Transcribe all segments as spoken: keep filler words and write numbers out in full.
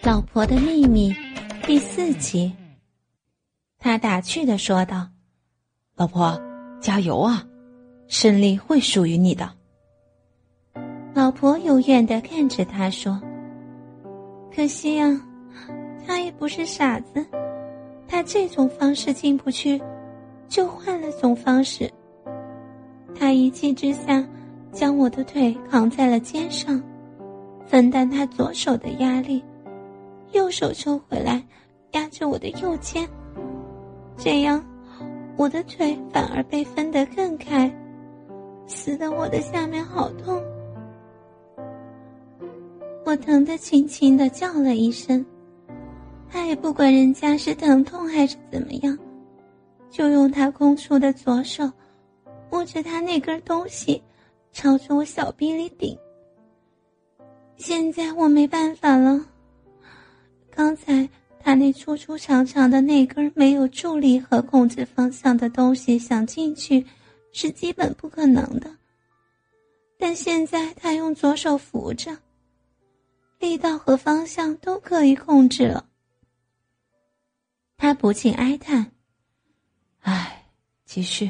老婆的秘密第四集。他打趣地说道： 老婆，加油啊， 胜利会属于你的。老婆幽怨地看着他说：可惜啊，他也不是傻子，他这种方式进不去，就换了种方式。他一气之下将我的腿扛在了肩上，分担他左手的压力，右手抽回来压着我的右肩，这样我的腿反而被分得更开，撕得我的下面好痛。我疼得轻轻地叫了一声，他也不管人家是疼痛还是怎么样，就用他空出的左手握着他那根东西朝着我小臂里顶。现在我没办法了，刚才他那粗粗长长的那根没有助力和控制方向的东西想进去是基本不可能的，但现在他用左手扶着，力道和方向都可以控制了。他不禁哀叹： 唉，继续。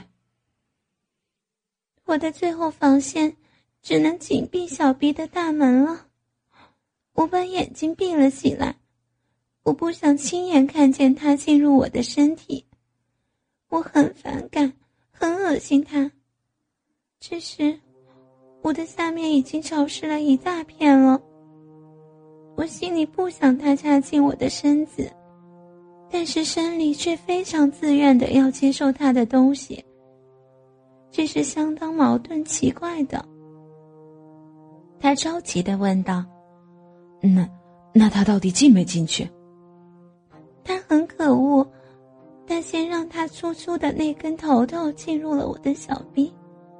我的最后防线只能紧闭小臂的大门了。我把眼睛闭了起来，我不想亲眼看见他进入我的身体，我很反感，很恶心他。只是我的下面已经潮湿了一大片了，我心里不想他插进我的身子，但是生理却非常自愿地要接受他的东西，这是相当矛盾奇怪的。他着急地问道： 那那他到底进没进去？ 他很可恶，但先让他粗粗的那根头头进入了我的小臂，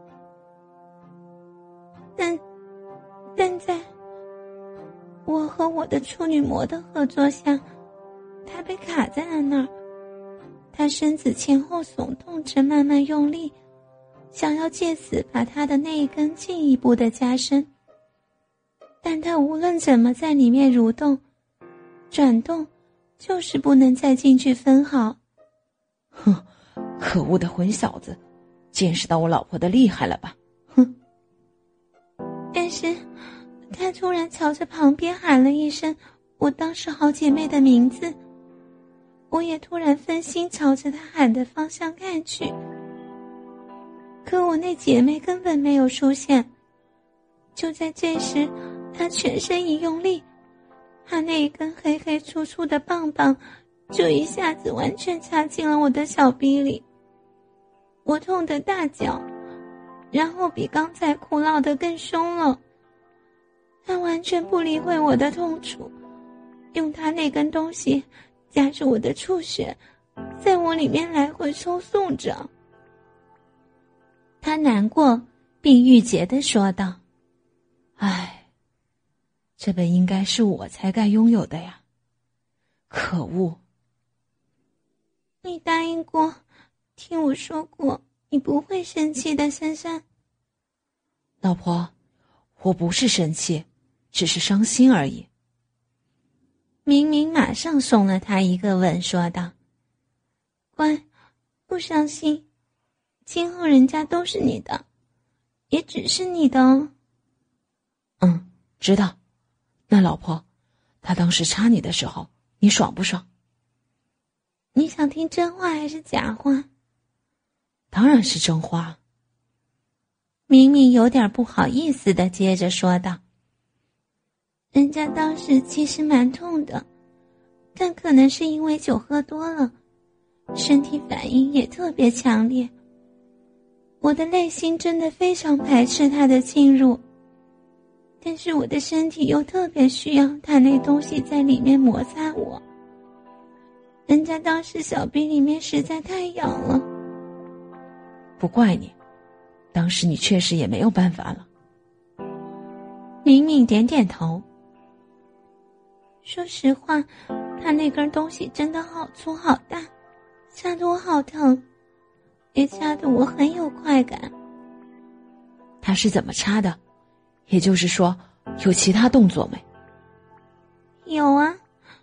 但但在我和我的处女膜的合作下，他被卡在了那儿。他身子前后耸动着慢慢用力，想要借此把他的那一根进一步的加深，但他无论怎么在里面蠕动转动，就是不能再进去分毫。 哼，可恶的混小子，见识到我老婆的厉害了吧？哼！ 但是他突然朝着旁边喊了一声我当时好姐妹的名字，我也突然分心朝着他喊的方向看去，可我那姐妹根本没有出现。就在这时，他全身一用力，他那一根黑黑粗粗的棒棒就一下子完全插进了我的小臂里，我痛得大叫，然后比刚才哭闹得更凶了。他完全不理会我的痛楚，用他那根东西夹着我的触穴，在我里面来回抽送着。他难过并郁结地说道： 唉，这本应该是我才该拥有的呀，可恶。 你答应过，听我说过，你不会生气的，珊珊。 老婆，我不是生气，只是伤心而已。 明明马上送了他一个吻，说道：乖，不伤心，今后人家都是你的，也只是你的哦。 嗯，知道。那老婆，他当时插你的时候，你爽不爽？ 你想听真话还是假话？ 当然是真话。 明明有点不好意思地接着说道：人家当时其实蛮痛的，但可能是因为酒喝多了，身体反应也特别强烈。我的内心真的非常排斥他的进入，但是我的身体又特别需要他那东西在里面摩擦我。人家当时小臂里面实在太痒了。 不怪你，当时你确实也没有办法了。 明明点点头。说实话，他那根东西真的好粗好大，掐得我好疼，也掐得我很有快感。 他是怎么插的？也就是说，有其他动作没？ 有啊，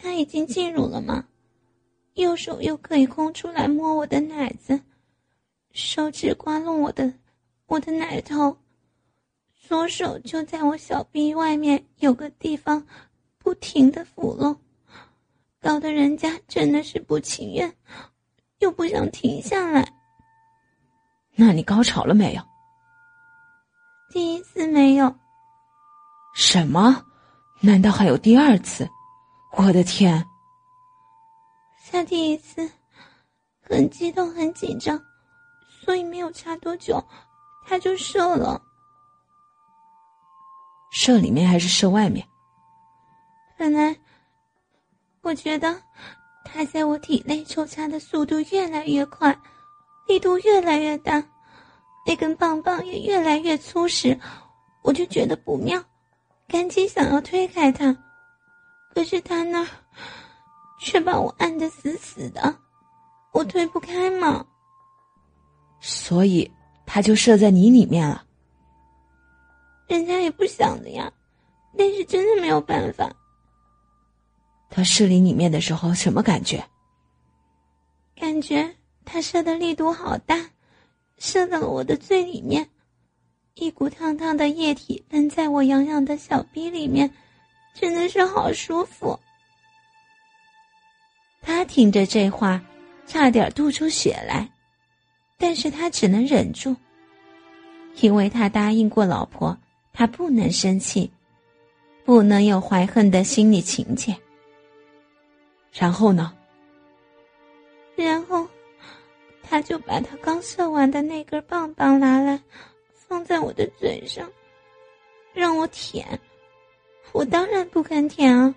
他已经进入了吗？右手又可以空出来摸我的奶子，手指刮弄我的我的奶头，左手就在我小臂外面有个地方不停地抚弄，搞得人家真的是不情愿，又不想停下来。 那你高潮了没有？ 第一次没有。 什么？难道还有第二次？我的天！ 下第一次很激动很紧张，所以没有插多久他就射了。 射里面还是射外面？ 本来我觉得他在我体内抽插的速度越来越快，力度越来越大，那根棒棒也越来越粗时，我就觉得不妙，赶紧想要推开他，可是他那儿却把我按得死死的，我推不开嘛。 所以他就射在你里面了。 人家也不想的呀，但是真的没有办法。 他射你里面的时候什么感觉？ 感觉他射的力度好大，射到了我的最里面，一股烫烫的液体喷在我痒痒的小逼里面，真的是好舒服。他听着这话差点吐出血来，但是他只能忍住，因为他答应过老婆，他不能生气，不能有怀恨的心理情节。 然后呢？ 然后他就把他刚射完的那根棒棒拿来放在我的嘴上让我舔，我当然不敢舔啊。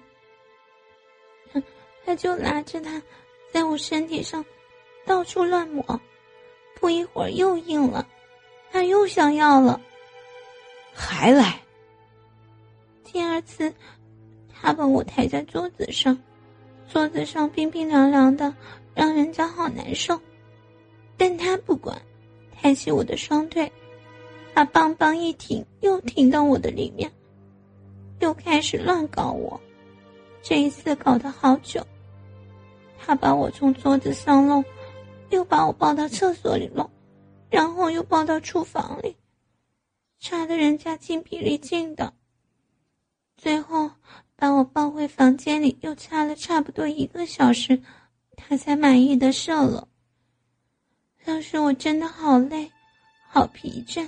他就拿着它在我身体上到处乱抹，不一会儿又硬了，他又想要了， 还来。 第二次他把我抬在桌子上，桌子上冰冰凉凉的，让人家好难受，但他不管，抬起我的双腿，把棒棒一挺又挺到我的里面，又开始乱搞我。这一次搞得好久，他把我从桌子上弄，又把我抱到厕所里弄，然后又抱到厨房里，插得人家精疲力尽的，最后把我抱回房间里，又插了差不多一个小时，他才满意的射了。当时我真的好累，好疲倦。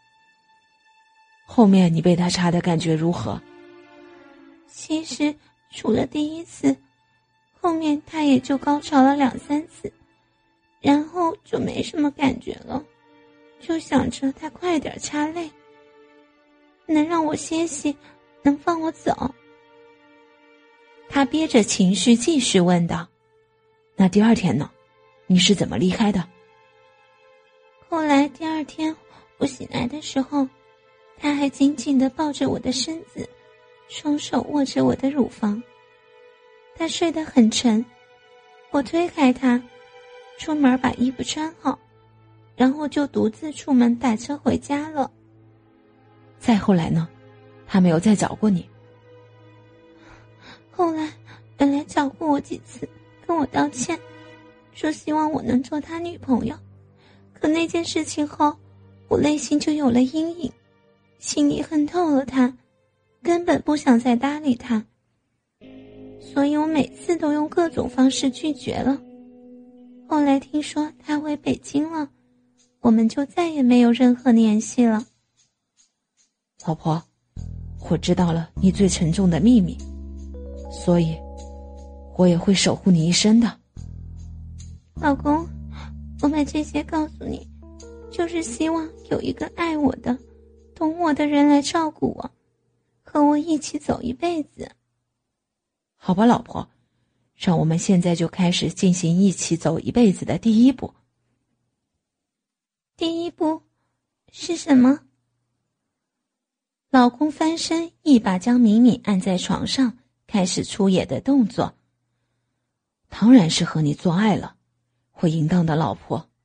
后面你被他插的感觉如何？ 其实除了第一次，后面他也就高潮了两三次，然后就没什么感觉了，就想着他快点插累，能让我歇息，能放我走。他憋着情绪继续问道： 那第二天呢？你是怎么离开的？ 后来第二天我醒来的时候，他还紧紧地抱着我的身子，双手握着我的乳房。他睡得很沉，我推开他，出门把衣服穿好，然后就独自出门打车回家了。 再后来呢？他没有再找过你？ 后来本来找过我几次，跟我道歉，说希望我能做他女朋友，可那件事情后，我内心就有了阴影，心里恨透了他，根本不想再搭理他，所以我每次都用各种方式拒绝了。后来听说他回北京了，我们就再也没有任何联系了。 老婆，我知道了你最沉重的秘密，所以我也会守护你一生的。 老公，我把这些告诉你，就是希望有一个爱我的、懂我的人来照顾我，和我一起走一辈子。 好吧，老婆，让我们现在就开始进行一起走一辈子的第一步。 第一步是什么？老公翻身，一把将敏敏按在床上，开始出野的动作。 当然是和你做爱了，我淫荡的老婆。